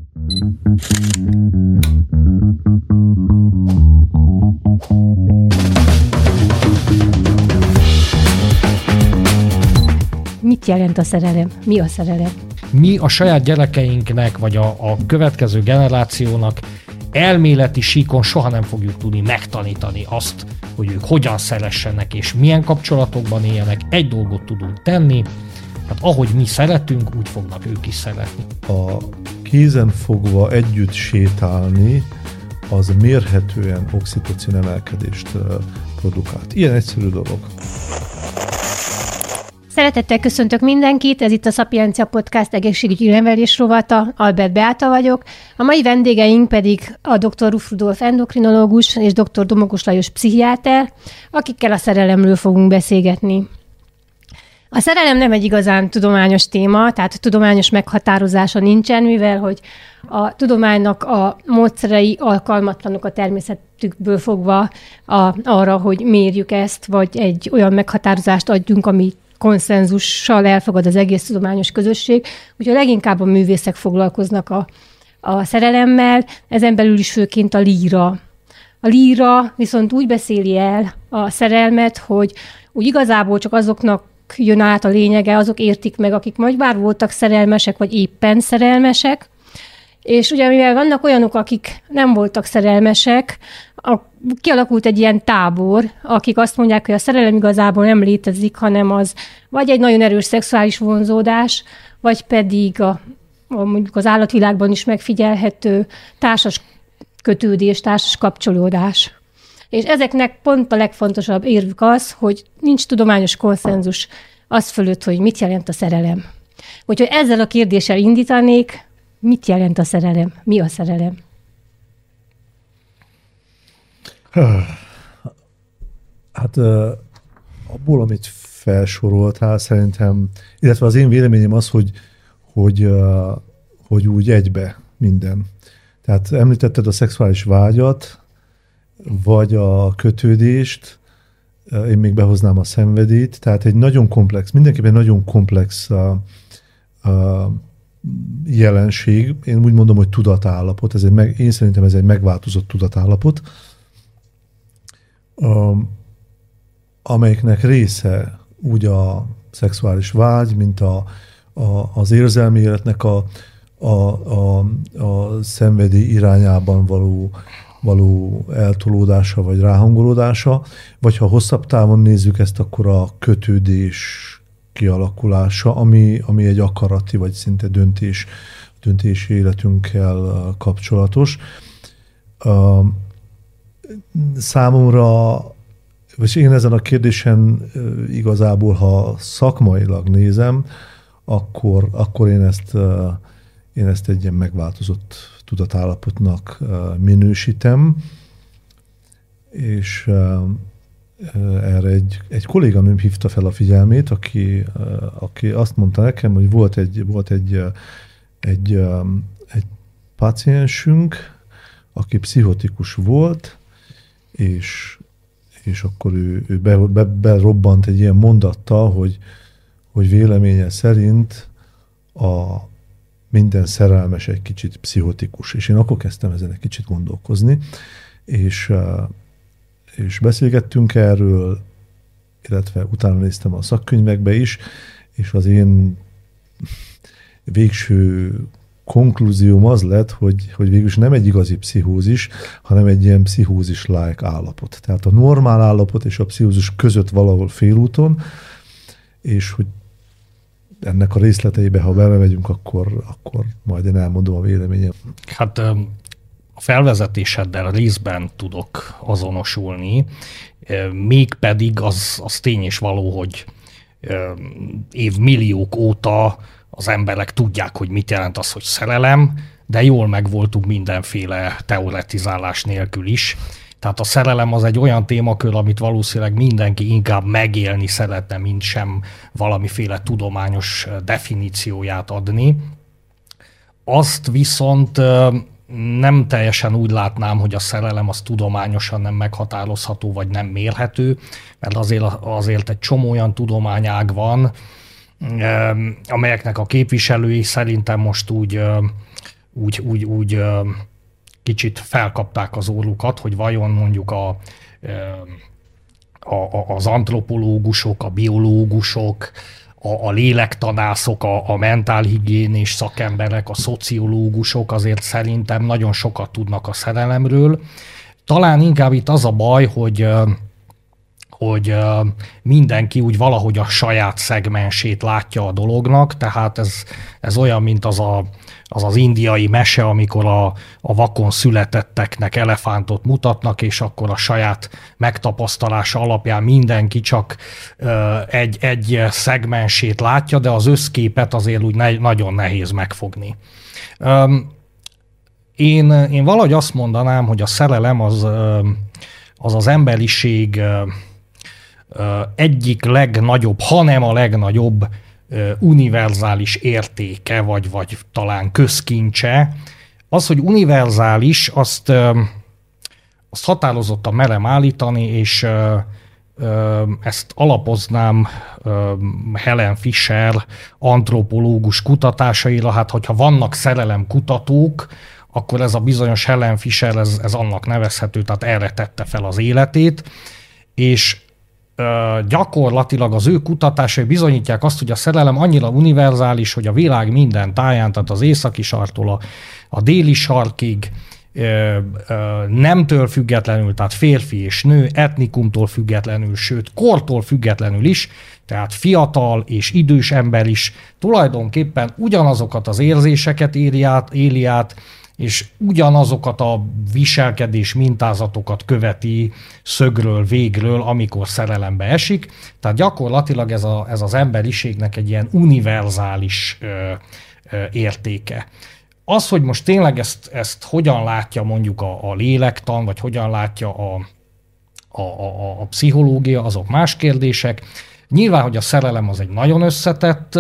Mit jelent a szerelem? Mi a szerelem? Mi a saját gyerekeinknek, vagy a következő generációnak elméleti síkon soha nem fogjuk tudni megtanítani azt, hogy ők hogyan szeressenek és milyen kapcsolatokban éljenek. Egy dolgot tudunk tenni, hát ahogy mi szeretünk, úgy fognak ők is szeretni. A kézen fogva együtt sétálni, az mérhetően oxitocin emelkedést produkált. Ilyen egyszerű dolog. Szeretettel köszöntök mindenkit, ez itt a Szapiencia Podcast egészségügyi nevelés rovata, Albert Beáta vagyok. A mai vendégeink pedig a dr. Ruff Rudolf endokrinológus és dr. Domokos Lajos pszichiáter, akikkel a szerelemről fogunk beszélgetni. A szerelem nem egy igazán tudományos téma, tehát tudományos meghatározása nincsen, mivel hogy a tudománynak a módszerei alkalmatlanok a természetükből fogva arra, hogy mérjük ezt, vagy egy olyan meghatározást adjunk, ami konszenzussal elfogad az egész tudományos közösség. Úgyhogy leginkább a művészek foglalkoznak a szerelemmel, ezen belül is főként a líra. A líra viszont úgy beszéli el a szerelmet, hogy úgy igazából csak azoknak jön át a lényege, azok értik meg, akik majd bár voltak szerelmesek, vagy éppen szerelmesek. És ugye mivel vannak olyanok, akik nem voltak szerelmesek, kialakult egy ilyen tábor, akik azt mondják, hogy a szerelem igazából nem létezik, hanem az vagy egy nagyon erős szexuális vonzódás, vagy pedig mondjuk az állatvilágban is megfigyelhető társas kötődés, társas kapcsolódás. És ezeknek pont a legfontosabb érvük az, hogy nincs tudományos konszenzus az fölött, hogy mit jelent a szerelem. Úgyhogy ezzel a kérdéssel indítanék, mit jelent a szerelem? Mi a szerelem? Hát abból, amit felsoroltál, szerintem, illetve az én véleményem az, hogy úgy egybe minden. Tehát említetted a szexuális vágyat, vagy a kötődést, én még behoznám a szenvedélyt, tehát egy nagyon komplex, mindenképpen nagyon komplex jelenség, én úgy mondom, hogy tudatállapot, én szerintem ez egy megváltozott tudatállapot, amelyiknek része úgy a szexuális vágy, mint az érzelmi életnek a szenvedély irányában való eltolódása vagy ráhangolódása, vagy ha hosszabb távon nézzük ezt, akkor a kötődés kialakulása, ami egy akarati vagy szinte döntési életünkkel kapcsolatos. Számomra, vagy én ezen a kérdésen igazából, ha szakmailag nézem, akkor én ezt egy ilyen megváltozott tudatállapotnak minősítem, és erre egy kolléganőm hívta fel a figyelmét, aki azt mondta nekem, hogy volt egy páciensünk, aki pszichotikus volt, és akkor ő berobbant egy ilyen mondattal, hogy véleménye szerint minden szerelmes egy kicsit pszichotikus. És én akkor kezdtem ezen egy kicsit gondolkozni, és beszélgettünk erről, illetve utána néztem a szakkönyvekbe is, és az én végső konklúzióm az lett, hogy végülis nem egy igazi pszichózis, hanem egy ilyen pszichózis-like állapot. Tehát a normál állapot és a pszichózis között valahol félúton, és hogy ennek a részleteibe, ha belemegyünk, akkor majd én elmondom a véleményem. Hát a felvezetéseddel részben tudok azonosulni, mégpedig az tény és való, hogy évmilliók óta az emberek tudják, hogy mit jelent az, hogy szerelem, de jól megvoltunk mindenféle teoretizálás nélkül is. Tehát a szerelem az egy olyan témakör, amit valószínűleg mindenki inkább megélni szeretne, mint sem valamiféle tudományos definícióját adni. Azt viszont nem teljesen úgy látnám, hogy a szerelem az tudományosan nem meghatározható, vagy nem mérhető, mert azért egy csomó olyan tudományág van, amelyeknek a képviselői szerintem most úgy úgy kicsit felkapták az orrukat, hogy vajon mondjuk az antropológusok, a biológusok, a lélektanászok, a mentálhigiénés szakemberek, a szociológusok azért szerintem nagyon sokat tudnak a szerelemről. Talán inkább itt az a baj, hogy mindenki úgy valahogy a saját szegmensét látja a dolognak, tehát ez olyan, mint az indiai mese, amikor a vakon születetteknek elefántot mutatnak, és akkor a saját megtapasztalása alapján mindenki csak egy szegmensét látja, de az összképet azért úgy nagyon nehéz megfogni. Én valahogy azt mondanám, hogy a szerelem az emberiség egyik legnagyobb, hanem a legnagyobb univerzális értéke, vagy talán közkincse. Az, hogy univerzális, azt határozottan merem állítani, és ezt alapoznám Helen Fisher antropológus kutatásaira. Hát, hogyha vannak szerelemkutatók, akkor ez a bizonyos Helen Fisher, ez annak nevezhető, tehát erre tette fel az életét, és gyakorlatilag az ő kutatásai bizonyítják azt, hogy a szerelem annyira univerzális, hogy a világ minden táján, tehát az északi sarktól a déli sarkig, nemtől függetlenül, tehát férfi és nő, etnikumtól függetlenül, sőt kortól függetlenül is, tehát fiatal és idős ember is tulajdonképpen ugyanazokat az érzéseket éli át, és ugyanazokat a viselkedés mintázatokat követi szögről, végről, amikor szerelembe esik. Tehát gyakorlatilag ez az emberiségnek egy ilyen univerzális értéke. Az, hogy most tényleg ezt hogyan látja mondjuk a lélektan, vagy hogyan látja a pszichológia, azok más kérdések. Nyilván, hogy a szerelem az egy nagyon összetett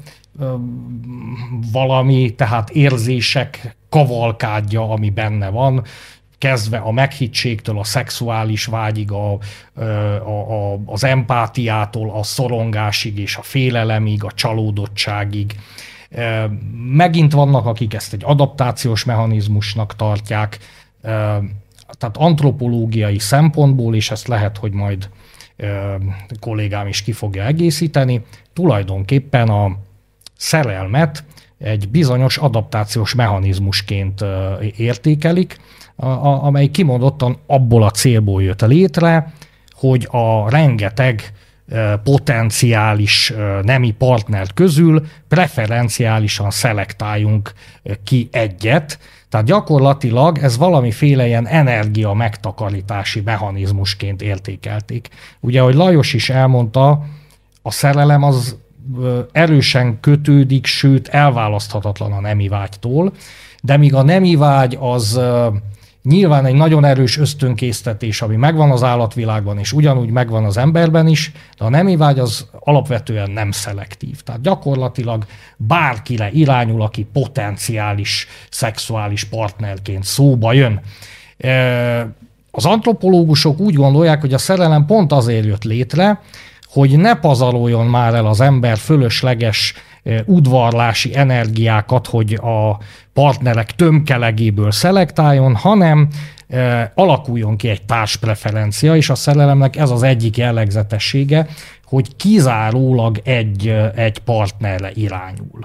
valami, tehát érzések kavalkádja, ami benne van, kezdve a meghittségtől a szexuális vágyig, az empátiától a szorongásig és a félelemig, a csalódottságig. Megint vannak, akik ezt egy adaptációs mechanizmusnak tartják, tehát antropológiai szempontból, és ezt lehet, hogy majd kollégám is ki fogja egészíteni, tulajdonképpen a szerelmet egy bizonyos adaptációs mechanizmusként értékelik, amely kimondottan abból a célból jött létre, hogy a rengeteg potenciális nemi partner közül preferenciálisan szelektáljunk ki egyet. Tehát gyakorlatilag ez valamiféle ilyen energia megtakarítási mechanizmusként értékelték. Ugye, ahogy Lajos is elmondta, a szerelem az erősen kötődik, sőt elválaszthatatlan a nemi vágytól, de míg a nemi vágy az nyilván egy nagyon erős ösztönkésztetés, ami megvan az állatvilágban, és ugyanúgy megvan az emberben is, de a nemi vágy az alapvetően nem szelektív. Tehát gyakorlatilag bárkire irányul, aki potenciális szexuális partnerként szóba jön. Az antropológusok úgy gondolják, hogy a szerelem pont azért jött létre, hogy ne pazaroljon már el az ember fölösleges udvarlási energiákat, hogy a partnerek tömkelegéből szelektáljon, hanem alakuljon ki egy társpreferencia, és a szerelemnek ez az egyik jellegzetessége, hogy kizárólag egy partnerre irányul.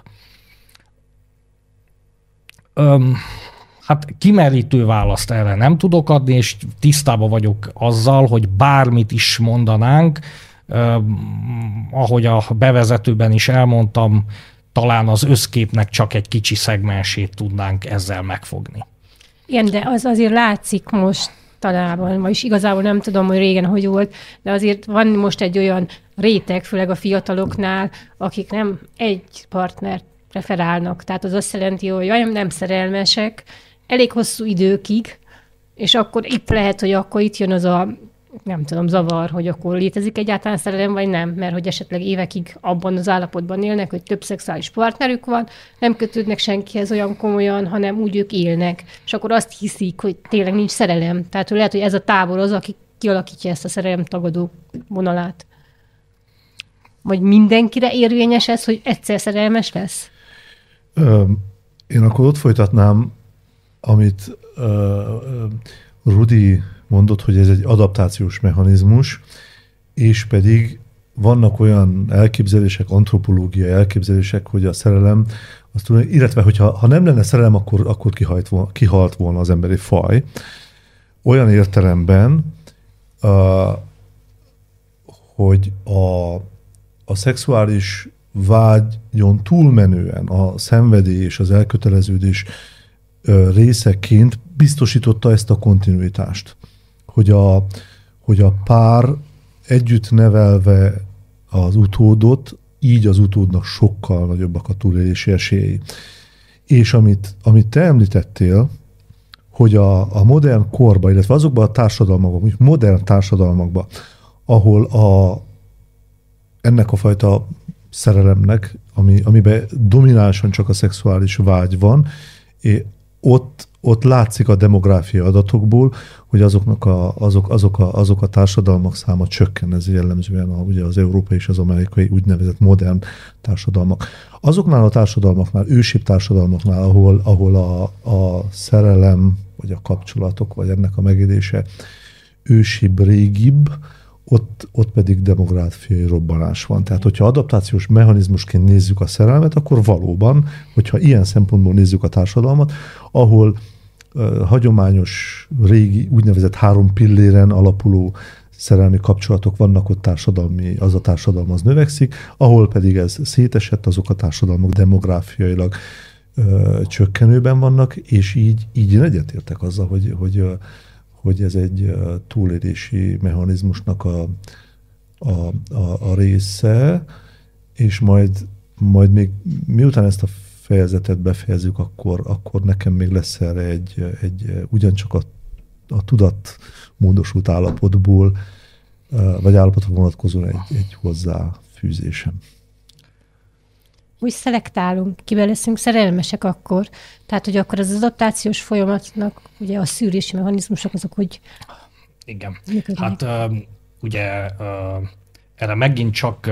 Hát kimerítő választ erre nem tudok adni, és tisztában vagyok azzal, hogy bármit is mondanánk, ahogy a bevezetőben is elmondtam, talán az összképnek csak egy kicsi szegmensét tudnánk ezzel megfogni. Igen, de az azért látszik most talában, vagyis igazából nem tudom, hogy régen hogy volt, de azért van most egy olyan réteg, főleg a fiataloknál, akik nem egy partnert preferálnak. Tehát az azt jelenti, hogy nem szerelmesek, elég hosszú időkig, és akkor itt lehet, hogy akkor itt jön az a nem tudom, zavar, hogy akkor létezik egyáltalán szerelem, vagy nem, mert hogy esetleg évekig abban az állapotban élnek, hogy több szexuális partnerük van, nem kötődnek senkihez olyan komolyan, hanem úgy ők élnek, és akkor azt hiszik, hogy tényleg nincs szerelem. Tehát hogy lehet, hogy ez a tábor az, aki kialakítja ezt a szerelem tagadó vonalát. Vagy mindenkire érvényes ez, hogy egyszer szerelmes lesz? Én akkor ott folytatnám, amit Rudi mondott, hogy ez egy adaptációs mechanizmus, és pedig vannak olyan elképzelések, antropológiai elképzelések, hogy a szerelem, illetve hogyha nem lenne szerelem, akkor kihalt volna az emberi faj. Olyan értelemben, hogy a szexuális vágyon túlmenően a szenvedély és az elköteleződés részeként biztosította ezt a kontinuitást, hogy a pár együtt nevelve az utódot, így az utódnak sokkal nagyobbak a túlélési esélyei. És amit te említettél, hogy a modern korban, illetve azokban a társadalmakban, modern társadalmakban, ahol ennek a fajta szerelemnek, amiben dominánsan csak a szexuális vágy van, ott látszik a demográfiai adatokból, hogy azok a társadalmak száma csökken, ez jellemzően ugye az európai és az amerikai úgynevezett modern társadalmak. Azoknál a társadalmaknál, ősibb társadalmaknál, ahol a szerelem, vagy a kapcsolatok, vagy ennek a megélése ősibb, régibb, ott pedig demográfiai robbanás van. Tehát, hogyha adaptációs mechanizmusként nézzük a szerelmet, akkor valóban, hogyha ilyen szempontból nézzük a társadalmat, ahol hagyományos, régi, úgynevezett 3 pilléren alapuló szerelmi kapcsolatok vannak, ott az a társadalom az növekszik, ahol pedig ez szétesett, azok a társadalmak demográfiailag csökkenőben vannak, és így én egyetértek azzal, hogy ez egy túlélési mechanizmusnak a része, és majd még miután ezt a fejezetet befejezzük, akkor nekem még lesz erre egy ugyancsak a tudat módosult állapotból, vagy állapotra vonatkozóan egy hozzáfűzésem. Úgy szelektálunk, kivel leszünk szerelmesek akkor. Tehát, hogy akkor az adaptációs folyamatnak ugye a szűrési mechanizmusok azok, hogy igen. működnek. Hát ugye erre megint csak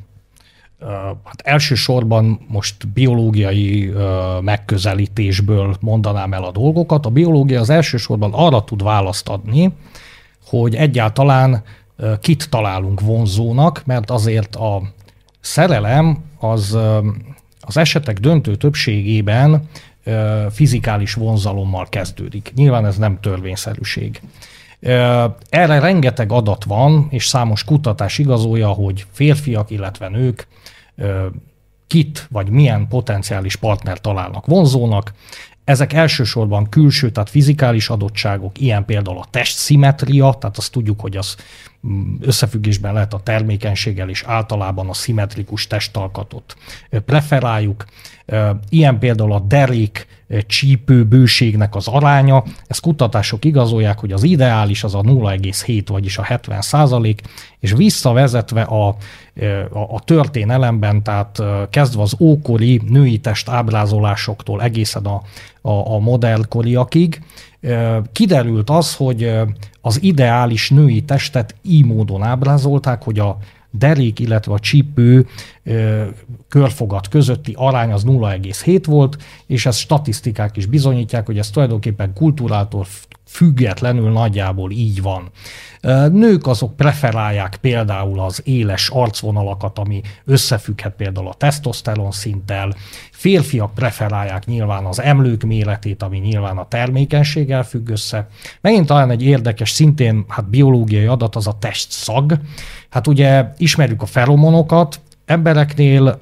hát elsősorban most biológiai megközelítésből mondanám el a dolgokat. A biológia az elsősorban arra tud választ adni, hogy egyáltalán kit találunk vonzónak, mert azért a szerelem az esetek döntő többségében fizikális vonzalommal kezdődik. Nyilván ez nem törvényszerűség. Erre rengeteg adat van, és számos kutatás igazolja, hogy férfiak, illetve nők kit vagy milyen potenciális partner találnak vonzónak. Ezek elsősorban külső, tehát fizikális adottságok, ilyen például a testszimetria, tehát azt tudjuk, hogy az összefüggésben lehet a termékenységgel, és általában a szimmetrikus testalkatot preferáljuk. Ilyen például a derék csípő bőségnek az aránya. Ezt kutatások igazolják, hogy az ideális az a 0,7, vagyis a 70%, és visszavezetve a történelemben, tehát kezdve az ókori női test ábrázolásoktól egészen a modernkoriakig, kiderült az, hogy az ideális női testet így módon ábrázolták, hogy a derék, illetve a csípő körfogat közötti arány az 0,7 volt, és ezt statisztikák is bizonyítják, hogy ez tulajdonképpen kultúrától függetlenül nagyjából így van. Nők azok preferálják például az éles arcvonalakat, ami összefügghet például a tesztoszteron szinttel. Férfiak preferálják nyilván az emlők méretét, ami nyilván a termékenységgel függ össze. Megint talán egy érdekes, szintén biológiai adat az a testszag. Hát ugye ismerjük a feromonokat, embereknél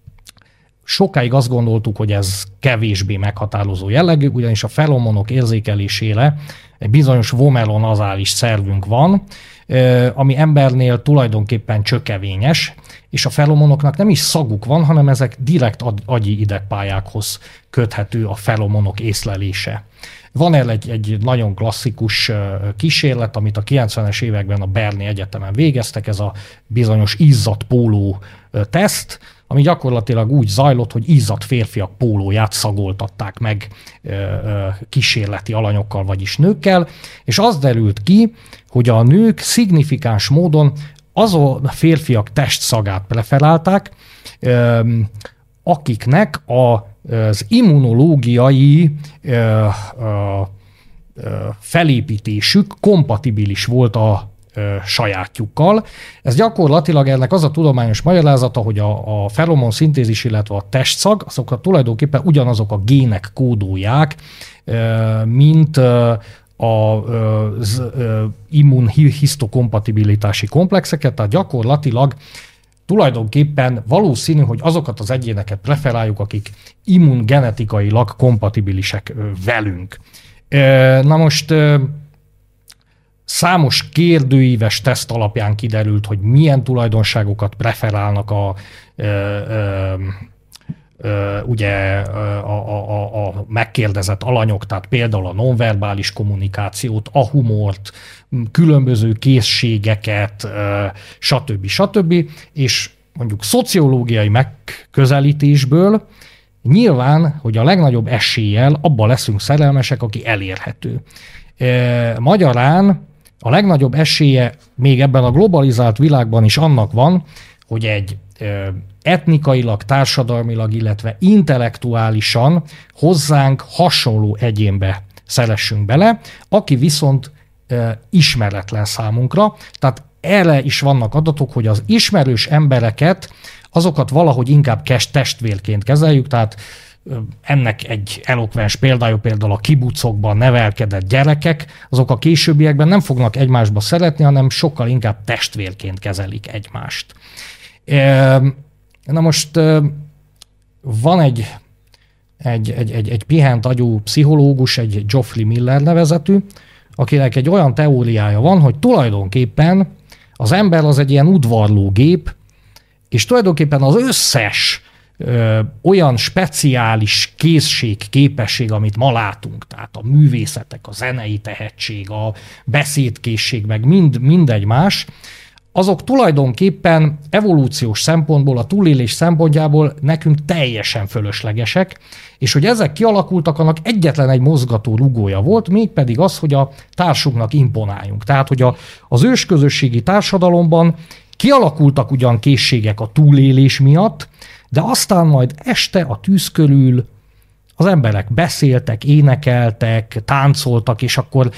sokáig azt gondoltuk, hogy ez kevésbé meghatározó jellegű, ugyanis a feromonok érzékelésére egy bizonyos vomeronazális szervünk van, ami embernél tulajdonképpen csökevényes, és a feromonoknak nem is szaguk van, hanem ezek direkt agyi idegpályákhoz köthető a feromonok észlelése. Van egy nagyon klasszikus kísérlet, amit a 90-es években a Berni Egyetemen végeztek, ez a bizonyos izzadt póló teszt, ami gyakorlatilag úgy zajlott, hogy izzadt férfiak pólóját szagoltatták meg kísérleti alanyokkal, vagyis nőkkel, és az derült ki, hogy a nők szignifikáns módon azon a férfiak testszagát preferálták, akiknek az immunológiai felépítésük kompatibilis volt a sajátjukkal. Ez gyakorlatilag ennek az a tudományos magyarázata, hogy a feromon szintézis, illetve a testszag, azokat tulajdonképpen ugyanazok a gének kódolják, mint az immunhisztokompatibilitási komplexeket, tehát gyakorlatilag tulajdonképpen valószínű, hogy azokat az egyéneket preferáljuk, akik immungenetikailag kompatibilisek velünk. Na most számos kérdőíves teszt alapján kiderült, hogy milyen tulajdonságokat preferálnak a megkérdezett alanyok, tehát például a nonverbális kommunikációt, a humort, különböző készségeket, stb. És mondjuk szociológiai megközelítésből nyilván, hogy a legnagyobb eséllyel abban leszünk szerelmesek, aki elérhető. Magyarán a legnagyobb esélye még ebben a globalizált világban is annak van, hogy egy etnikailag, társadalmilag, illetve intellektuálisan hozzánk hasonló egyénbe szeressünk bele, aki viszont ismeretlen számunkra. Tehát erre is vannak adatok, hogy az ismerős embereket, azokat valahogy inkább testvérként kezeljük, tehát ennek egy elokvens példája például a kibucokban nevelkedett gyerekek, azok a későbbiekben nem fognak egymásba szeretni, hanem sokkal inkább testvérként kezelik egymást. Na most van egy pihent agyú pszichológus, egy Geoffrey Miller nevezetű, akinek egy olyan teóriája van, hogy tulajdonképpen az ember az egy ilyen udvarlógép, és tulajdonképpen az összes olyan speciális készség, képesség, amit ma látunk, tehát a művészetek, a zenei tehetség, a beszédkészség, meg mindegy más, azok tulajdonképpen evolúciós szempontból, a túlélés szempontjából nekünk teljesen fölöslegesek, és hogy ezek kialakultak, annak egyetlen egy mozgató rugója volt, mégpedig az, hogy a társunknak imponáljunk. Tehát, hogy az ősközösségi társadalomban kialakultak ugyan készségek a túlélés miatt, de aztán majd este a tűz körül az emberek beszéltek, énekeltek, táncoltak, és akkor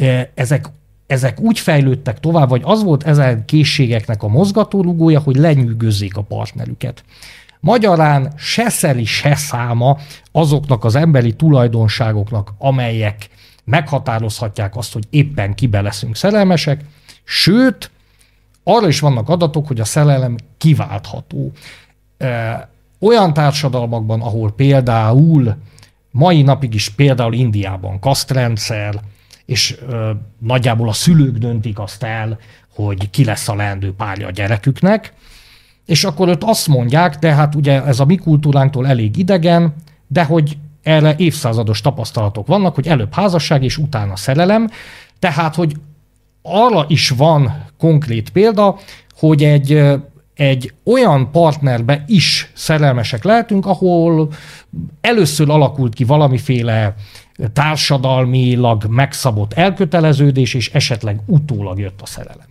ezek úgy fejlődtek tovább, vagy az volt ezen készségeknek a mozgatórugója, hogy lenyűgözzék a partnerüket. Magyarán se szeri, se száma azoknak az emberi tulajdonságoknak, amelyek meghatározhatják azt, hogy éppen kibe leszünk szerelmesek, sőt, arra is vannak adatok, hogy a szerelem kiváltható. Olyan társadalmakban, ahol például mai napig is például Indiában kasztrendszer, és nagyjából a szülők döntik azt el, hogy ki lesz a leendő párja a gyereküknek, és akkor ott azt mondják, de hát ugye ez a mi kultúránktól elég idegen, de hogy erre évszázados tapasztalatok vannak, hogy előbb házasság és utána szerelem, tehát hogy arra is van konkrét példa, hogy egy olyan partnerbe is szerelmesek lehetünk, ahol először alakult ki valamiféle társadalmilag megszabott elköteleződés, és esetleg utólag jött a szerelem.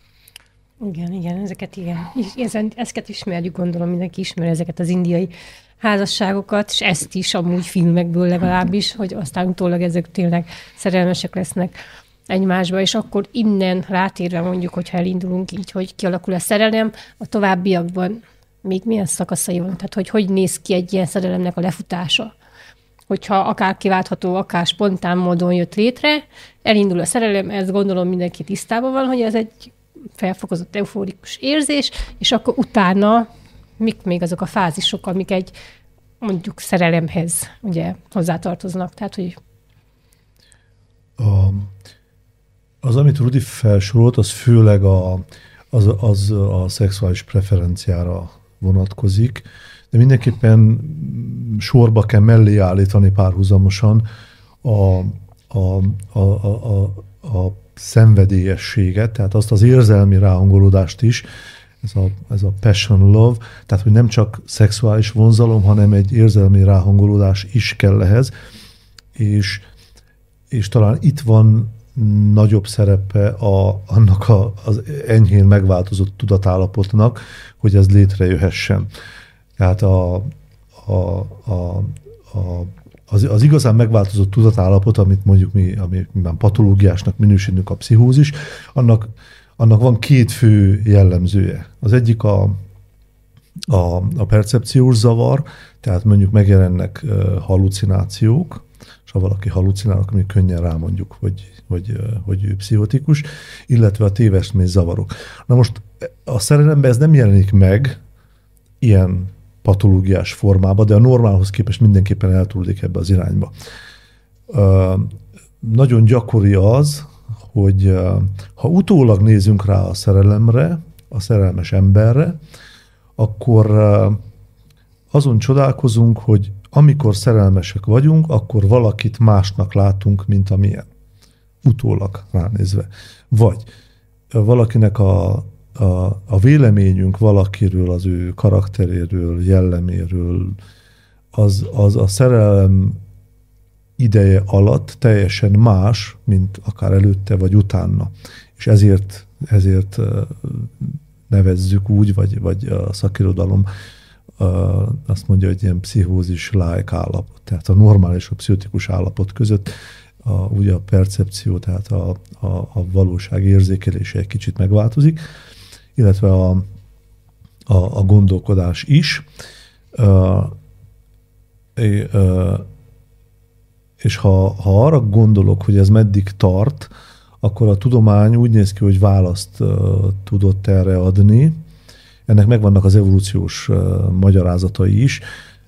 Igen, ezeket ismerjük, gondolom mindenki ismeri ezeket az indiai házasságokat, és ezt is amúgy filmekből legalábbis, hogy aztán utólag ezek tényleg szerelmesek lesznek egymásba, és akkor innen rátérve mondjuk, hogyha elindulunk így, hogy kialakul a szerelem, a továbbiakban még milyen szakaszai van, tehát hogy néz ki egy ilyen szerelemnek a lefutása. Hogyha akár kiváltható, akár spontán módon jött létre, elindul a szerelem, ezt gondolom mindenki tisztában van, hogy ez egy felfokozott euforikus érzés, és akkor utána mik még azok a fázisok, amik egy mondjuk szerelemhez ugye hozzátartoznak. Tehát, hogy az, amit Rudi felsorolt, az főleg az a szexuális preferenciára vonatkozik, de mindenképpen sorba kell mellé állítani párhuzamosan a szenvedélyességet, tehát azt az érzelmi ráhangolódást is, ez a passion love, tehát hogy nem csak szexuális vonzalom, hanem egy érzelmi ráhangolódás is kell ehhez, és talán itt van nagyobb szerepe annak az enyhén megváltozott tudatállapotnak, hogy ez létrejöhessen. Tehát az igazán megváltozott tudatállapot, amit mondjuk mi már patológiásnak minősítünk, a pszichózis, annak van két fő jellemzője. Az egyik a percepciós zavar, tehát mondjuk megjelennek hallucinációk, és ha valaki hallucinál, akkor még könnyen rámondjuk, hogy ő pszichotikus, illetve a téveszményzavarok. Na most a szerelemben ez nem jelenik meg ilyen patológiás formában, de a normálhoz képest mindenképpen eltúlik ebbe az irányba. Nagyon gyakori az, hogy ha utólag nézünk rá a szerelemre, a szerelmes emberre, akkor azon csodálkozunk, hogy amikor szerelmesek vagyunk, akkor valakit másnak látunk, mint amilyen. Utólag ránézve. Vagy valakinek a véleményünk valakiről, az ő karakteréről, jelleméről, az a szerelem ideje alatt teljesen más, mint akár előtte vagy utána. És ezért nevezzük úgy, vagy a szakirodalom azt mondja, hogy ilyen pszichózis-like állapot. Tehát a normális, a pszichotikus állapot között ugye a percepció, tehát a valóság érzékelése egy kicsit megváltozik, illetve a gondolkodás is. És ha arra gondolok, hogy ez meddig tart, akkor a tudomány úgy néz ki, hogy választ tudott erre adni. Ennek megvannak az evolúciós magyarázatai is.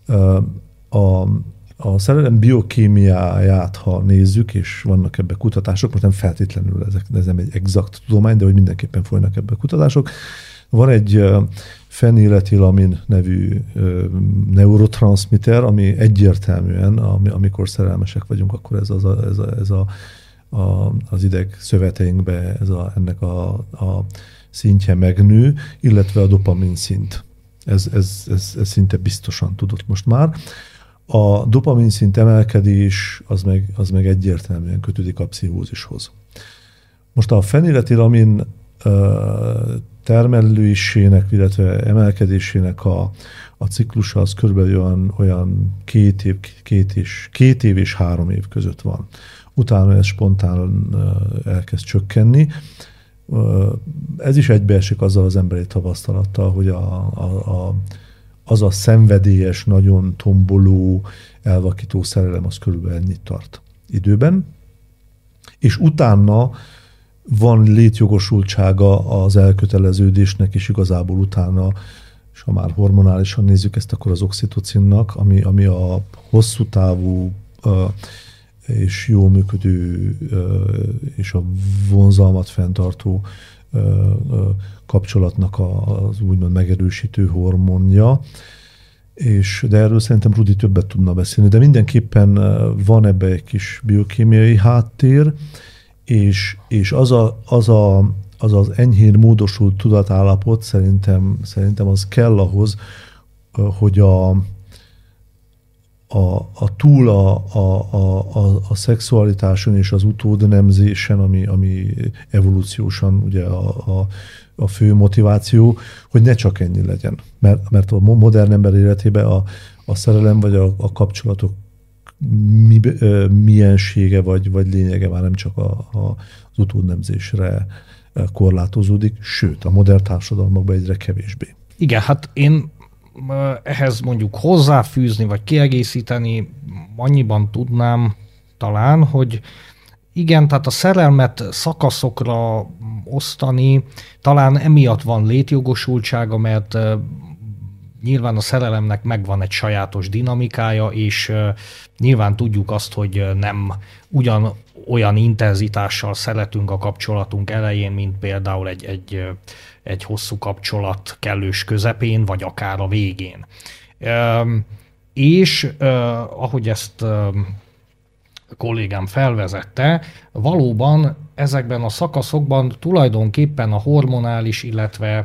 A szerelem biokémiáját, ha nézzük, és vannak ebben kutatások, most nem feltétlenül ez nem egy exakt tudomány, de hogy mindenképpen folynak ebben kutatások. Van egy feniletilamin nevű neurotranszmiter, ami egyértelműen, amikor szerelmesek vagyunk, akkor az ideg szöveteinkbe ennek a szintje megnő, illetve a dopamin szint. Ez szinte biztosan tudott most már. A dopamin szint emelkedés az meg egyértelműen kötődik a pszichózishoz. Most a feniletilamin termelésének, illetve emelkedésének a ciklusa az körülbelül olyan 2 év és 3 év között van. Utána ez spontán elkezd csökkenni. Ez is egybeesik azzal az emberi tapasztalattal, hogy az a szenvedélyes, nagyon tomboló, elvakító szerelem az körülbelül ennyit tart időben. És utána van létjogosultsága az elköteleződésnek, és igazából utána, és ha már hormonálisan nézzük ezt, akkor az oxitocinnak, ami a hosszú távú és jól működő és a vonzalmat fenntartó kapcsolatnak az úgymond megerősítő hormonja. De erről szerintem Rudi többet tudna beszélni, de mindenképpen van ebbe egy kis biokémiai háttér, és az enyhén módosult tudatállapot szerintem az kell ahhoz, hogy túl a szexualitáson és az utódnemzésen, ami evolúciósan ugye a fő motiváció, hogy ne csak ennyi legyen. Mert a modern ember életében a szerelem vagy a kapcsolatok miensége vagy lényege már nem csak az utódnemzésre korlátozódik, sőt, a modern társadalmakban egyre kevésbé. Igen, hát én ehhez mondjuk hozzáfűzni, vagy kiegészíteni annyiban tudnám talán, hogy igen, tehát a szerelmet szakaszokra osztani, talán emiatt van létjogosultsága, mert nyilván a szerelemnek megvan egy sajátos dinamikája, és nyilván tudjuk azt, hogy nem olyan intenzitással szeretünk a kapcsolatunk elején, mint például egy hosszú kapcsolat kellős közepén, vagy akár a végén. És ahogy ezt kollégám felvezette, valóban ezekben a szakaszokban tulajdonképpen a hormonális, illetve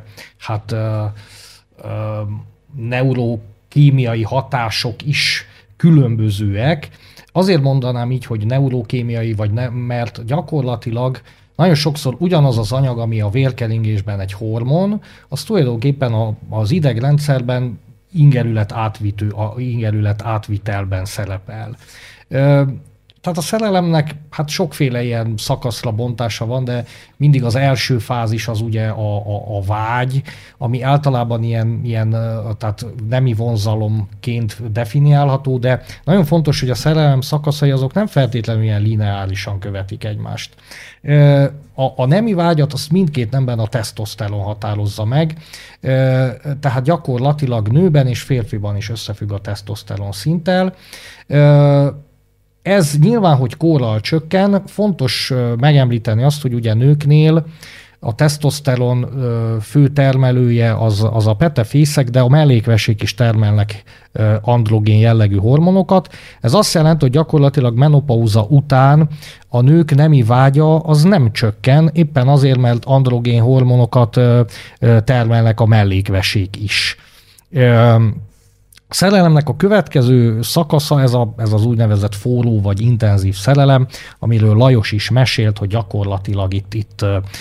neurokémiai hatások is különbözőek. Azért mondanám így, hogy neurokémiai, vagy nem, mert gyakorlatilag nagyon sokszor ugyanaz az anyag, ami a vérkeringésben egy hormon, az tulajdonképpen az idegrendszerben ingerület átvitelben szerepel. Tehát a szerelemnek hát sokféle ilyen szakaszra bontása van, de mindig az első fázis az ugye a vágy, ami általában ilyen tehát nemi vonzalomként definiálható, de nagyon fontos, hogy a szerelem szakaszai azok nem feltétlenül ilyen lineárisan követik egymást. A nemi vágyat azt mindkét nemben a tesztoszteron határozza meg, tehát gyakorlatilag nőben és férfiban is összefügg a tesztoszteron szinttel. Ez nyilván, hogy korral csökken, fontos megemlíteni azt, hogy ugye nőknél a tesztoszteron fő termelője az a petefészek, de a mellékvesék is termelnek androgén jellegű hormonokat. Ez azt jelenti, hogy gyakorlatilag menopauza után a nők nemi vágya az nem csökken, éppen azért, mert androgén hormonokat termelnek a mellékvesék is. A szerelemnek a következő szakasza ez az úgynevezett forró vagy intenzív szerelem, amiről Lajos is mesélt, hogy gyakorlatilag itt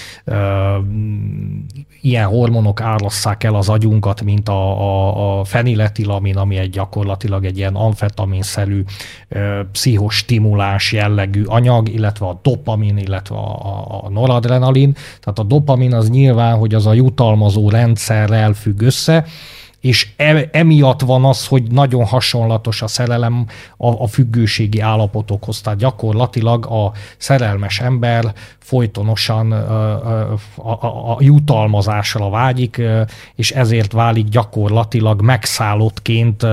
ilyen hormonok árasszák el az agyunkat, mint a feniletilamin, ami gyakorlatilag egy ilyen amfetaminszerű pszichostimuláns jellegű anyag, illetve a dopamin, illetve a noradrenalin. Tehát a dopamin az nyilván, hogy az a jutalmazó rendszerrel függ össze, és emiatt van az, hogy nagyon hasonlatos a szerelem a függőségi állapotokhoz. Tehát gyakorlatilag a szerelmes ember folytonosan a jutalmazásra vágyik, és ezért válik gyakorlatilag megszállottként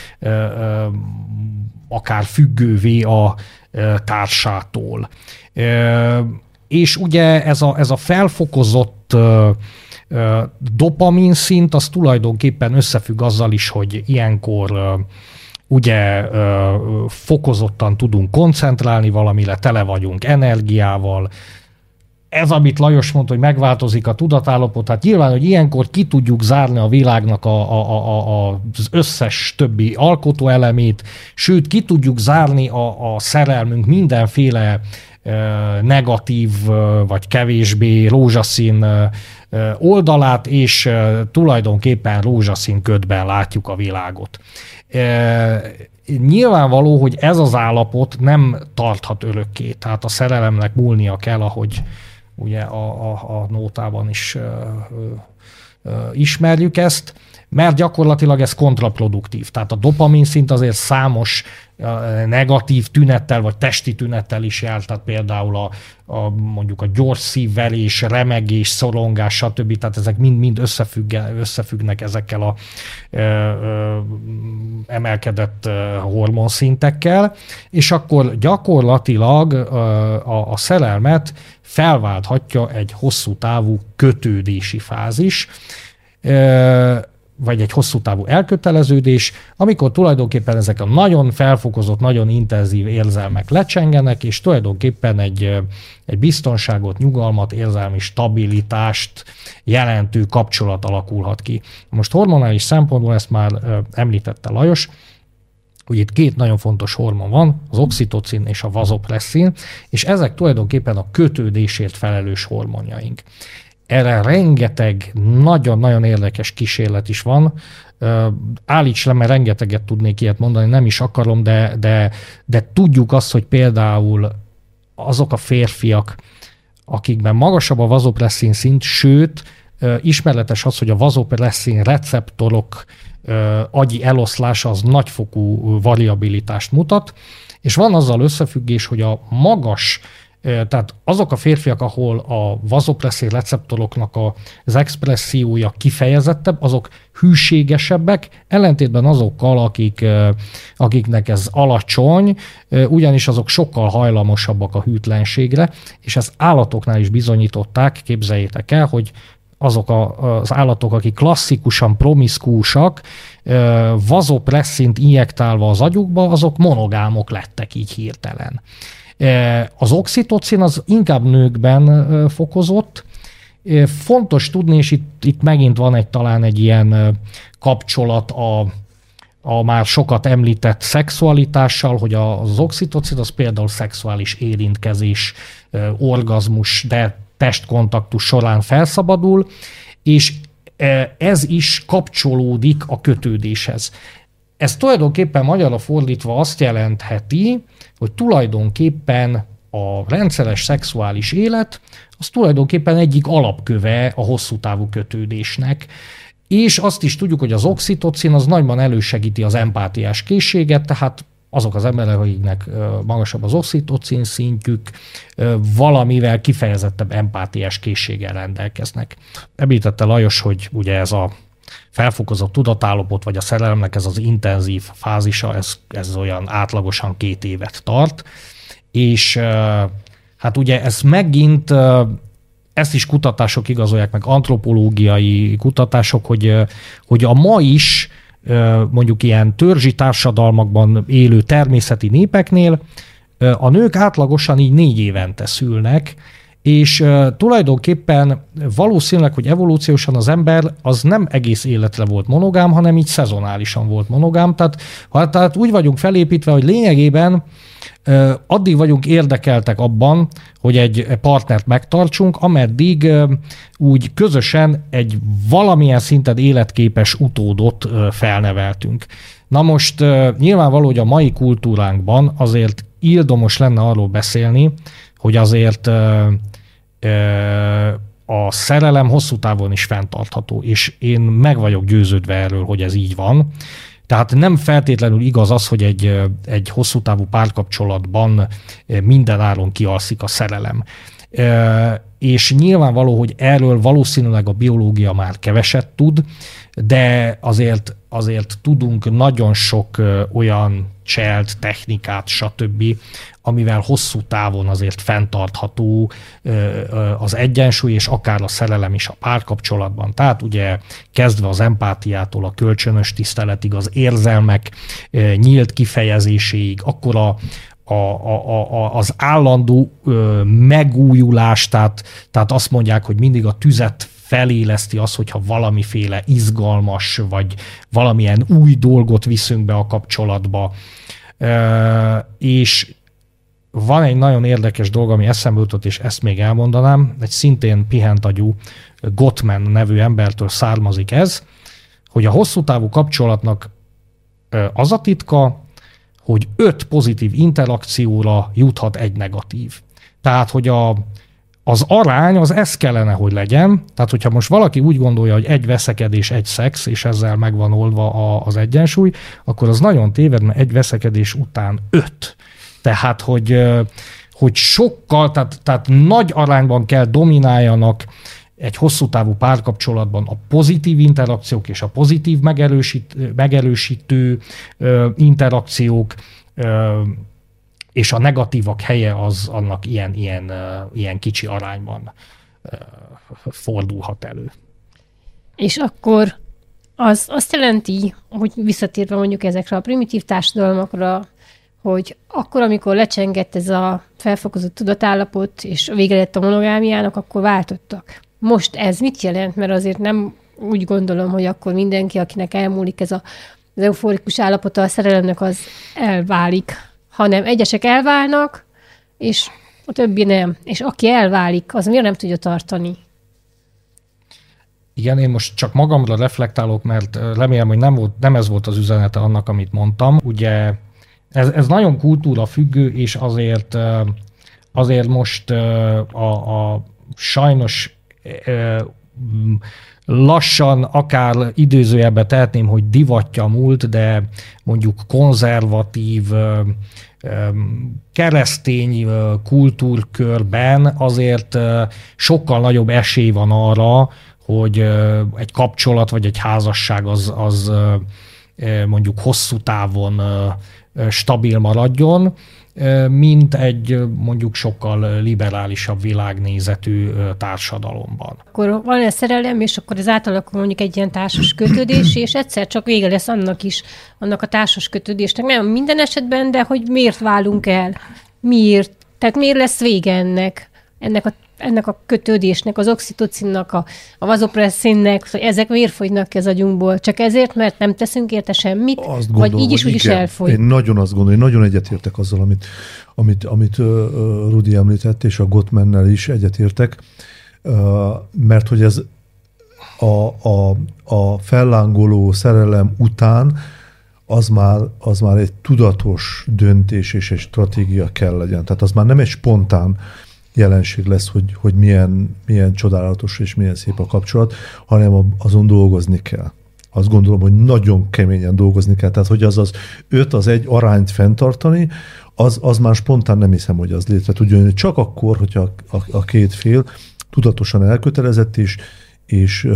akár függővé a társától. És ugye ez a felfokozott dopamin szint az tulajdonképpen összefügg azzal is, hogy ilyenkor ugye fokozottan tudunk koncentrálni valamire, tele vagyunk energiával. Ez, amit Lajos mondta, hogy megváltozik a tudatállapot, hát nyilván, hogy ilyenkor ki tudjuk zárni a világnak az összes többi alkotóelemét, sőt, ki tudjuk zárni a szerelmünk mindenféle negatív vagy kevésbé rózsaszín oldalát, és tulajdonképpen rózsaszín ködben látjuk a világot. Nyilvánvaló, hogy ez az állapot nem tarthat örökké, tehát a szerelemnek múlnia kell, ahogy ugye a nótában is ismerjük ezt, mert gyakorlatilag ez kontraproduktív. Tehát a dopamin szint azért számos negatív tünettel, vagy testi tünettel is jár, tehát például mondjuk a gyors szívverés, remegés, szorongás, stb. Tehát ezek mind összefüggnek ezekkel a emelkedett hormonszintekkel, és akkor gyakorlatilag a szerelmet felválthatja egy hosszú távú kötődési fázis, vagy egy hosszú távú elköteleződés, amikor tulajdonképpen ezek a nagyon felfokozott, nagyon intenzív érzelmek lecsengenek, és tulajdonképpen egy biztonságot, nyugalmat, érzelmi stabilitást jelentő kapcsolat alakulhat ki. Most hormonális szempontból ezt már említette Lajos, hogy itt két nagyon fontos hormon van, az oxitocin és a vazopresszin, és ezek tulajdonképpen a kötődésért felelős hormonjaink. Erre rengeteg nagyon-nagyon érdekes kísérlet is van. Állíts le, mert rengeteget tudnék ilyet mondani, nem is akarom, de tudjuk azt, hogy például azok a férfiak, akikben magasabb a vazopresszin szint, sőt, ismeretes az, hogy a vazopresszin receptorok agyi eloszlása az nagyfokú variabilitást mutat, és van azzal összefüggés, hogy a magas, tehát azok a férfiak, ahol a vazopresszin receptoroknak az expressziója kifejezettebb, azok hűségesebbek, ellentétben azokkal, akiknek ez alacsony, ugyanis azok sokkal hajlamosabbak a hűtlenségre, és ezt állatoknál is bizonyították, képzeljétek el, hogy azok az állatok, akik klasszikusan promiszkúsak, vazopresszint injektálva az agyukba, azok monogámok lettek így hirtelen. Az oxitocin az inkább nőkben fokozott. Fontos tudni, és itt megint van talán egy ilyen kapcsolat a már sokat említett szexualitással, hogy az oxitocin az például szexuális érintkezés, orgazmus, de testkontaktus során felszabadul, és ez is kapcsolódik a kötődéshez. Ez tulajdonképpen magyarra fordítva azt jelentheti, hogy tulajdonképpen a rendszeres szexuális élet az tulajdonképpen egyik alapköve a hosszú távú kötődésnek. És azt is tudjuk, hogy az oxitocin az nagyban elősegíti az empátiás készséget, tehát azok az emberek, akiknek magasabb az oxitocin szintjük, valamivel kifejezettebb empátiás készséggel rendelkeznek. Említette Lajos, hogy ugye ez a felfokozott tudatállapot, vagy a szerelemnek ez az intenzív fázisa, ez olyan átlagosan 2 évet tart, és hát ugye ez megint, ezt is kutatások igazolják, meg antropológiai kutatások, hogy a ma is mondjuk ilyen törzsi társadalmakban élő természeti népeknél a nők átlagosan így 4 évente szülnek, és tulajdonképpen valószínűleg, hogy evolúciósan az ember az nem egész életre volt monogám, hanem így szezonálisan volt monogám. Tehát úgy vagyunk felépítve, hogy lényegében addig vagyunk érdekeltek abban, hogy egy partnert megtartsunk, ameddig úgy közösen egy valamilyen szinten életképes utódot felneveltünk. Na most nyilvánvaló, hogy a mai kultúránkban azért ildomos lenne arról beszélni, hogy azért a szerelem hosszú távon is fenntartható, és én meg vagyok győződve erről, hogy ez így van. Tehát nem feltétlenül igaz az, hogy egy hosszú távú párkapcsolatban minden áron kialszik a szerelem. És nyilvánvaló, hogy erről valószínűleg a biológia már keveset tud, de azért tudunk nagyon sok olyan cselt, technikát, stb., amivel hosszú távon azért fenntartható az egyensúly, és akár a szerelem is a párkapcsolatban. Tehát ugye kezdve az empátiától a kölcsönös tiszteletig, az érzelmek nyílt kifejezéséig, akkor az állandó megújulás, tehát azt mondják, hogy mindig a tüzet feléleszti az, hogyha valamiféle izgalmas, vagy valamilyen új dolgot viszünk be a kapcsolatba. És van egy nagyon érdekes dolog, ami eszembe jutott, és ezt még elmondanám. Egy szintén pihent agyú Gottman nevű embertől származik ez, hogy a hosszú távú kapcsolatnak az a titka, hogy 5 pozitív interakcióra juthat egy negatív. Tehát, hogy az arány az ez kellene, hogy legyen. Tehát, hogyha most valaki úgy gondolja, hogy 1 veszekedés, 1 szex, és ezzel megvan oldva az egyensúly, akkor az nagyon téved, mert 1 veszekedés után 5. Tehát, hogy sokkal, tehát nagy arányban kell domináljanak egy hosszú távú párkapcsolatban a pozitív interakciók és a pozitív megerősítő interakciók, és a negatívak helye az annak ilyen kicsi arányban fordulhat elő. És akkor az azt jelenti, hogy visszatérve mondjuk ezekre a primitív társadalmakra, hogy akkor, amikor lecsengett ez a felfokozott tudatállapot, és vége lett a monogámiának, akkor váltottak. Most ez mit jelent? Mert azért nem úgy gondolom, hogy akkor mindenki, akinek elmúlik ez az euforikus állapota a szerelemnek, az elválik, hanem egyesek elválnak, és a többi nem. És aki elválik, az miért nem tudja tartani? Igen, én most csak magamra reflektálok, mert remélem, hogy nem ez volt az üzenete annak, amit mondtam. Ugye ez nagyon kultúra függő, és azért most sajnos lassan, akár idézőjelbe tehetném, hogy divatja múlt, de mondjuk konzervatív, keresztény kultúrkörben azért sokkal nagyobb esély van arra, hogy egy kapcsolat vagy egy házasság az mondjuk hosszú távon stabil maradjon, mint egy mondjuk sokkal liberálisabb világnézetű társadalomban. Akkor van egy szerelem, és akkor ez átalakul mondjuk egy ilyen társas kötődés, és egyszer csak vége lesz annak a társas kötődésnek. Nem minden esetben, de hogy miért válunk el? Miért? Tehát miért lesz vége ennek a kötődésnek, az oxitocinnak, a vazopresszinnek, hogy ezek miért fogynak ki az agyunkból? Csak ezért, mert nem teszünk érte semmit? Azt gondolom, vagy így is úgy is elfogy? Én nagyon azt gondolom, én nagyon egyetértek azzal, amit Rudi említett, és a Gottmannel is egyetértek, mert hogy a fellángoló szerelem után az már egy tudatos döntés és egy stratégia kell legyen. Tehát az már nem egy spontán jelenség lesz, hogy milyen csodálatos és milyen szép a kapcsolat, hanem azon dolgozni kell. Azt gondolom, hogy nagyon keményen dolgozni kell. Tehát, hogy az 5-1 arányt fenntartani, az már spontán nem hiszem, hogy az létre tudja jönni. Csak akkor, hogyha a két fél tudatosan elkötelezett és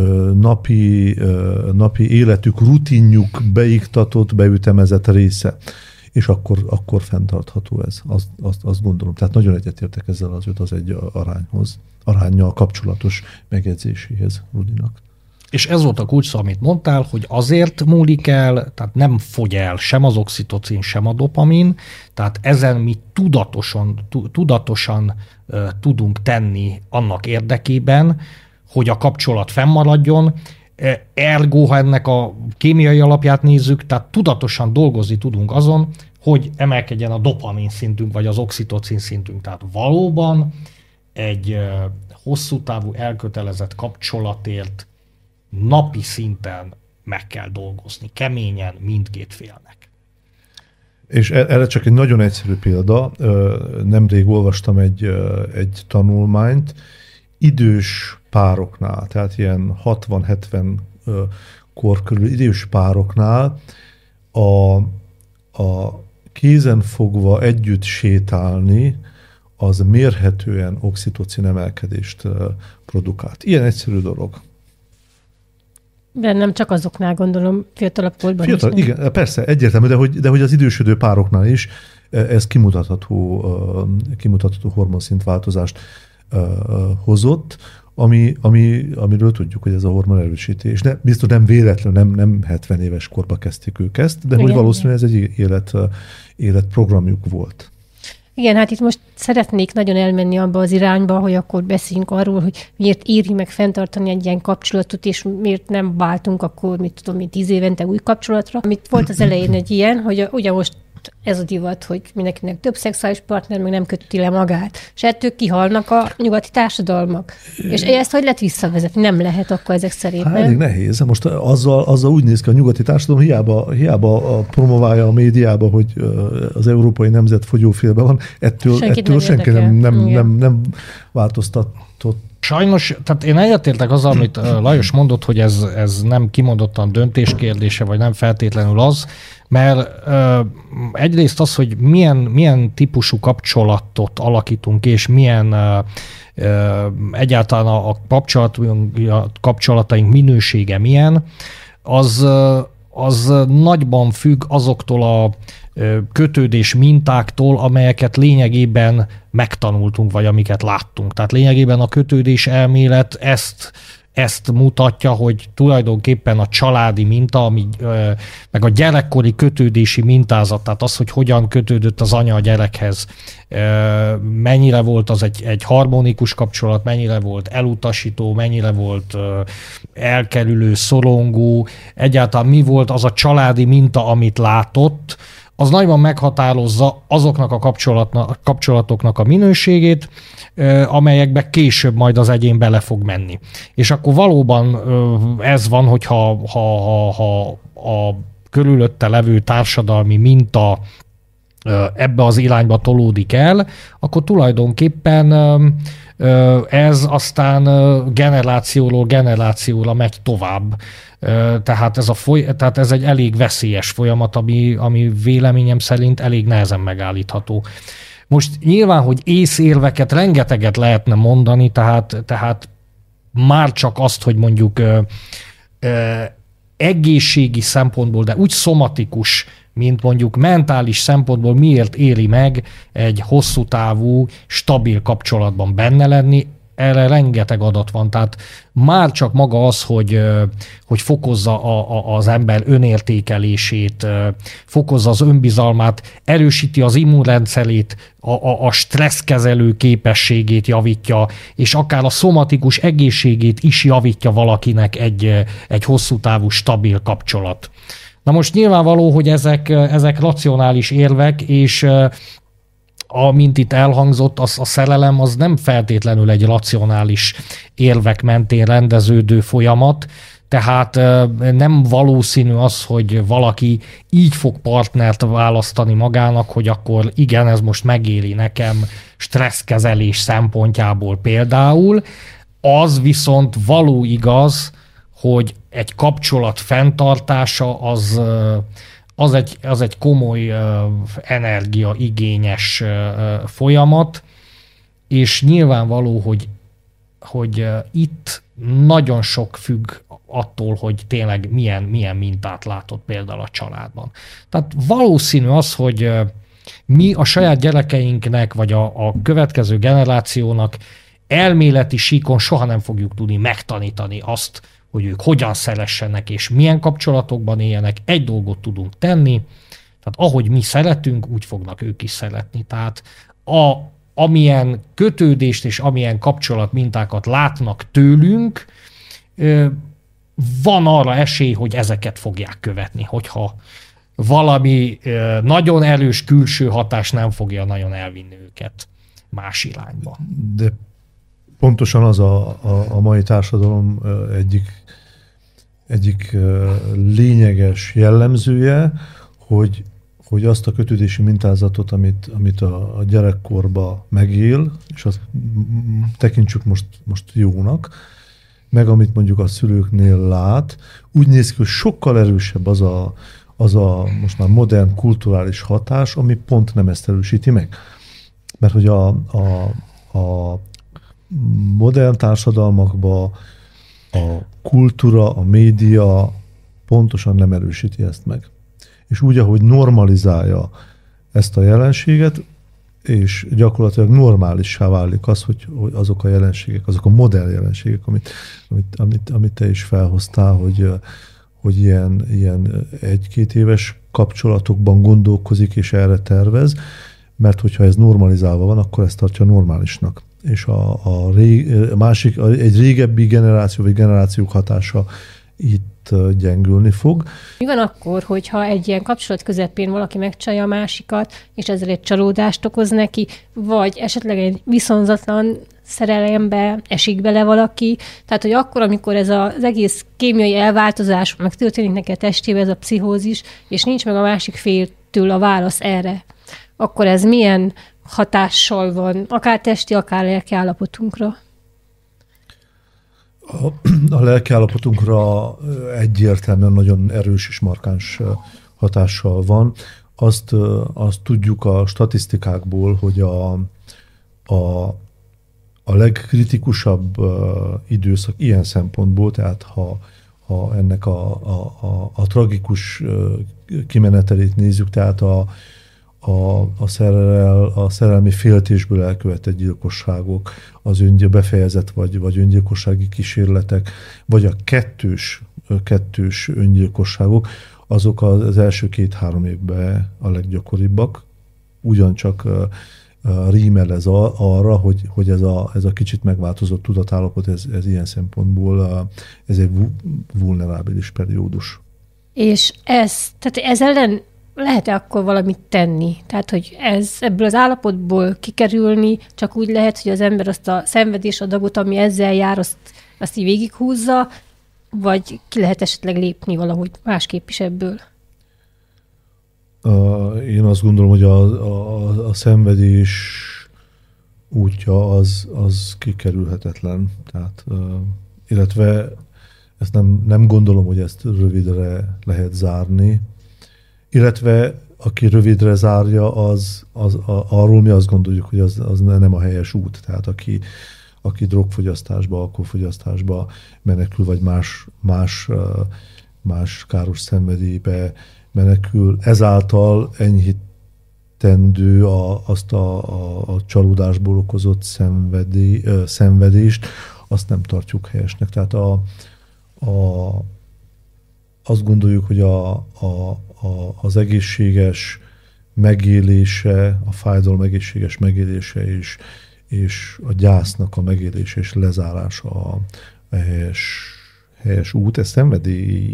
napi életük, rutinjuk beiktatott, beütemezett része. És akkor fenntartható ez. Azt gondolom. Tehát nagyon egyetértek ezzel az 5-1 aránnyal kapcsolatos megjegyzéséhez Rudinak. És ez volt a kulcs szó, amit mondtál, hogy azért múlik el, tehát nem fogy el sem az oxitocin, sem a dopamin, tehát ezen mi tudatosan tudunk tenni annak érdekében, hogy a kapcsolat fennmaradjon. Ergo, ha ennek a kémiai alapját nézzük, tehát tudatosan dolgozni tudunk azon, hogy emelkedjen a dopamin szintünk, vagy az oxitocin szintünk. Tehát valóban egy hosszú távú elkötelezett kapcsolatért napi szinten meg kell dolgozni, keményen mindkét félnek. És erre csak egy nagyon egyszerű példa. Nemrég olvastam egy tanulmányt, idős pároknál, tehát ilyen 60-70 kor körül idős pároknál a kézen fogva együtt sétálni, az mérhetően oxitocin emelkedést produkált. Ilyen egyszerű dolog. De nem csak azoknál, gondolom, fiatalabb korban is. Igen, persze, egyértelmű, de hogy az idősödő pároknál is ez kimutatható hormonszintváltozást hozott, amiről tudjuk, hogy ez a hormonerősítés. De biztos nem véletlenül, nem 70 éves korba kezdték ők ezt, de igen, hogy valószínűleg ez egy életprogramjuk volt. Igen, hát itt most szeretnék nagyon elmenni abba az irányba, hogy akkor beszéljünk arról, hogy miért éri meg fenntartani egy ilyen kapcsolatot, és miért nem váltunk akkor, 10 évente új kapcsolatra. Amit volt az elején egy ilyen, hogy ugye most ez a divat, hogy mindenkinek több szexuális partner, meg nem köti le magát. És ettől kihalnak a nyugati társadalmak. És ezt hogy lehet visszavezetni? Nem lehet akkor ezek szerint, nem? Elég nehéz. Most azzal úgy néz ki a nyugati társadalom, hiába promoválja a médiába, hogy az európai nemzet fogyófélben van, ettől senki nem változtatott. Sajnos, tehát én egyetértek azzal, amit Lajos mondott, hogy ez nem kimondottan döntéskérdése, vagy nem feltétlenül az, mert egyrészt az, hogy milyen típusú kapcsolatot alakítunk, és milyen egyáltalán a kapcsolataink minősége milyen, az nagyban függ azoktól a kötődés mintáktól, amelyeket lényegében megtanultunk, vagy amiket láttunk. Tehát lényegében a kötődés elmélet ezt mutatja, hogy tulajdonképpen a családi minta, meg a gyerekkori kötődési mintázat, tehát az, hogy hogyan kötődött az anya a gyerekhez, mennyire volt az egy harmonikus kapcsolat, mennyire volt elutasító, mennyire volt elkerülő, szorongó, egyáltalán mi volt az a családi minta, amit látott, az nagyban meghatározza azoknak a kapcsolatoknak a minőségét, amelyekbe később majd az egyén bele fog menni. És akkor valóban ez van, hogyha a körülötte levő társadalmi minta ebbe az irányba tolódik el, akkor tulajdonképpen ez aztán generációról generációra megy tovább. Tehát ez egy elég veszélyes folyamat, ami véleményem szerint elég nehezen megállítható. Most nyilván, hogy észérveket rengeteget lehetne mondani, tehát már csak azt, hogy mondjuk egészségi szempontból, de úgy szomatikus, mint mondjuk mentális szempontból miért éri meg egy hosszú távú, stabil kapcsolatban benne lenni, erre rengeteg adat van. Tehát már csak maga az, hogy fokozza az ember önértékelését, fokozza az önbizalmát, erősíti az immunrendszerét, a stresszkezelő képességét javítja, és akár a szomatikus egészségét is javítja valakinek egy hosszú távú, stabil kapcsolat. Na most nyilvánvaló, hogy ezek racionális érvek, és amint itt elhangzott, a szerelem az nem feltétlenül egy racionális érvek mentén rendeződő folyamat, tehát nem valószínű az, hogy valaki így fog partnert választani magának, hogy akkor igen, ez most megéri nekem stresszkezelés szempontjából például. Az viszont való igaz, hogy egy kapcsolat fenntartása az egy komoly energiaigényes folyamat, és nyilvánvaló, hogy itt nagyon sok függ attól, hogy tényleg milyen mintát látott például a családban. Tehát valószínű az, hogy mi a saját gyerekeinknek, vagy a következő generációnak elméleti síkon soha nem fogjuk tudni megtanítani azt, hogy ők hogyan szeressenek, és milyen kapcsolatokban éljenek. Egy dolgot tudunk tenni, tehát ahogy mi szeretünk, úgy fognak ők is szeretni. Tehát amilyen kötődést és amilyen kapcsolatmintákat látnak tőlünk, van arra esély, hogy ezeket fogják követni, hogyha valami nagyon erős külső hatás nem fogja nagyon elvinni őket más irányba. De pontosan az a mai társadalom egyik lényeges jellemzője, hogy azt a kötődési mintázatot, amit a gyerekkorba megél, és azt tekintsük most jónak, meg amit mondjuk a szülőknél lát, úgy néz ki, hogy sokkal erősebb az a most már modern kulturális hatás, ami pont nem ezt erősíti meg. Mert hogy a modern társadalmakban a kultúra, a média pontosan nem erősíti ezt meg. És úgy, ahogy normalizálja ezt a jelenséget, és gyakorlatilag normálissá válik az, hogy azok a jelenségek, azok a modern jelenségek, amit te is felhoztál, hogy ilyen 1-2 éves kapcsolatokban gondolkozik és erre tervez, mert hogyha ez normalizálva van, akkor ezt tartja normálisnak. És egy régebbi generáció vagy generációk hatása itt gyengülni fog. Mi van akkor, hogyha egy ilyen kapcsolat közepén valaki megcsalja a másikat, és ezzel egy csalódást okoz neki, vagy esetleg egy viszonzatlan szerelembe esik bele valaki, tehát hogy akkor, amikor ez az egész kémiai elváltozás megtörténik neki a testében, ez a pszichózis, és nincs meg a másik féltől a válasz erre, akkor ez milyen hatással van, akár testi, akár lelki állapotunkra? A lelkiállapotunkra egyértelműen nagyon erős és markáns hatással van. Azt tudjuk a statisztikákból, hogy a legkritikusabb időszak ilyen szempontból, tehát ha ennek a tragikus kimenetelét nézzük, tehát a szerelmi féltésből elkövetett gyilkosságok, az befejezett vagy öngyilkossági kísérletek, vagy a kettős öngyilkosságok, azok az első 2-3 évben a leggyakoribbak. Ugyancsak rímel ez arra, hogy ez a kicsit megváltozott tudatállapot, ez ilyen szempontból ez egy vulnerábilis periódus. És tehát ez ellen lehet-e akkor valamit tenni? Tehát, hogy ebből az állapotból kikerülni csak úgy lehet, hogy az ember azt a szenvedésadagot, ami ezzel jár, azt így végighúzza, vagy ki lehet esetleg lépni valahogy másképp is ebből? Én azt gondolom, hogy a szenvedés útja az kikerülhetetlen. Tehát, illetve ezt nem gondolom, hogy ezt rövidre lehet zárni. Illetve aki rövidre zárja, arról mi azt gondoljuk, hogy az nem a helyes út. Tehát aki drogfogyasztásba, alkoholfogyasztásba menekül, vagy más káros szenvedélybe menekül, ezáltal enyhítendő azt a csalódásból okozott szenvedést, azt nem tartjuk helyesnek. Tehát azt gondoljuk, hogy az egészséges megélése, a fájdalom egészséges megélése és a gyásznak a megélése és lezárása a helyes út. Ez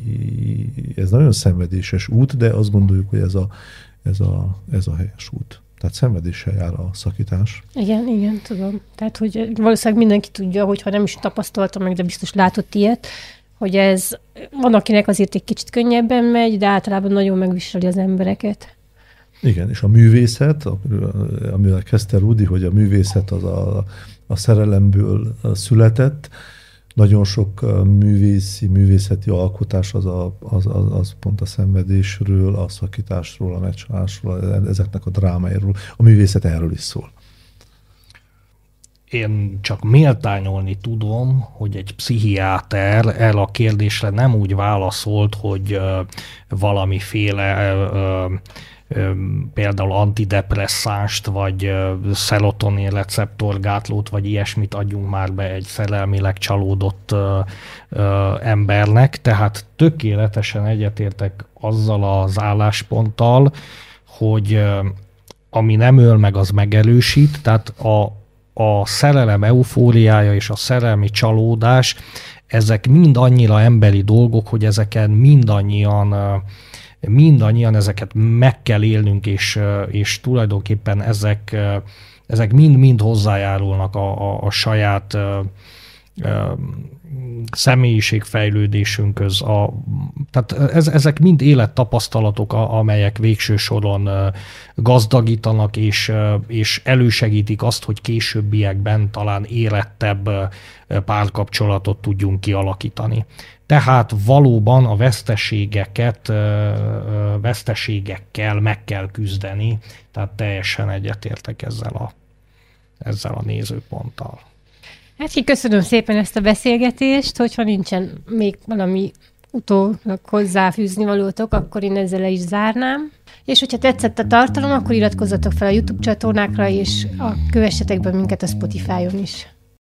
nagyon szenvedéses út, de azt gondoljuk, hogy ez a helyes út. Tehát szenvedéssel jár a szakítás. Igen, tudom. Tehát, hogy valószínűleg mindenki tudja, hogyha nem is tapasztalta meg, de biztos látott ilyet, hogy ez van, akinek azért egy kicsit könnyebben megy, de általában nagyon megviseli az embereket. Igen, és a művészet, amivel kezdte Rudi, hogy a művészet az a szerelemből született, nagyon sok művészeti alkotás az pont a szenvedésről, a szakításról, a megcsalásról, ezeknek a drámáiról. A művészet erről is szól. Én csak méltányolni tudom, hogy egy pszichiáter erre a kérdésre nem úgy válaszolt, hogy valamiféle például antidepresszánst, vagy szerotonin receptorgátlót, vagy ilyesmit adjunk már be egy szerelmileg csalódott embernek. Tehát tökéletesen egyetértek azzal az állásponttal, hogy ami nem öl meg, az megerősít. Tehát a szerelem eufóriája és a szerelmi csalódás, ezek mind annyira emberi dolgok, hogy ezeken mindannyian ezeket meg kell élnünk, és tulajdonképpen ezek mind hozzájárulnak a saját személyiségfejlődésünkhöz. Tehát ezek mind élettapasztalatok, amelyek végső soron gazdagítanak, és elősegítik azt, hogy későbbiekben talán érettebb párkapcsolatot tudjunk kialakítani. Tehát valóban a veszteségekkel meg kell küzdeni, tehát teljesen egyetértek ezzel a nézőponttal. Hát így köszönöm szépen ezt a beszélgetést, hogyha nincsen még valami utólag hozzáfűzni valótok, akkor én ezzel le is zárnám. És hogyha tetszett a tartalom, akkor iratkozzatok fel a YouTube csatornákra, és kövessetek be minket a Spotify-on is.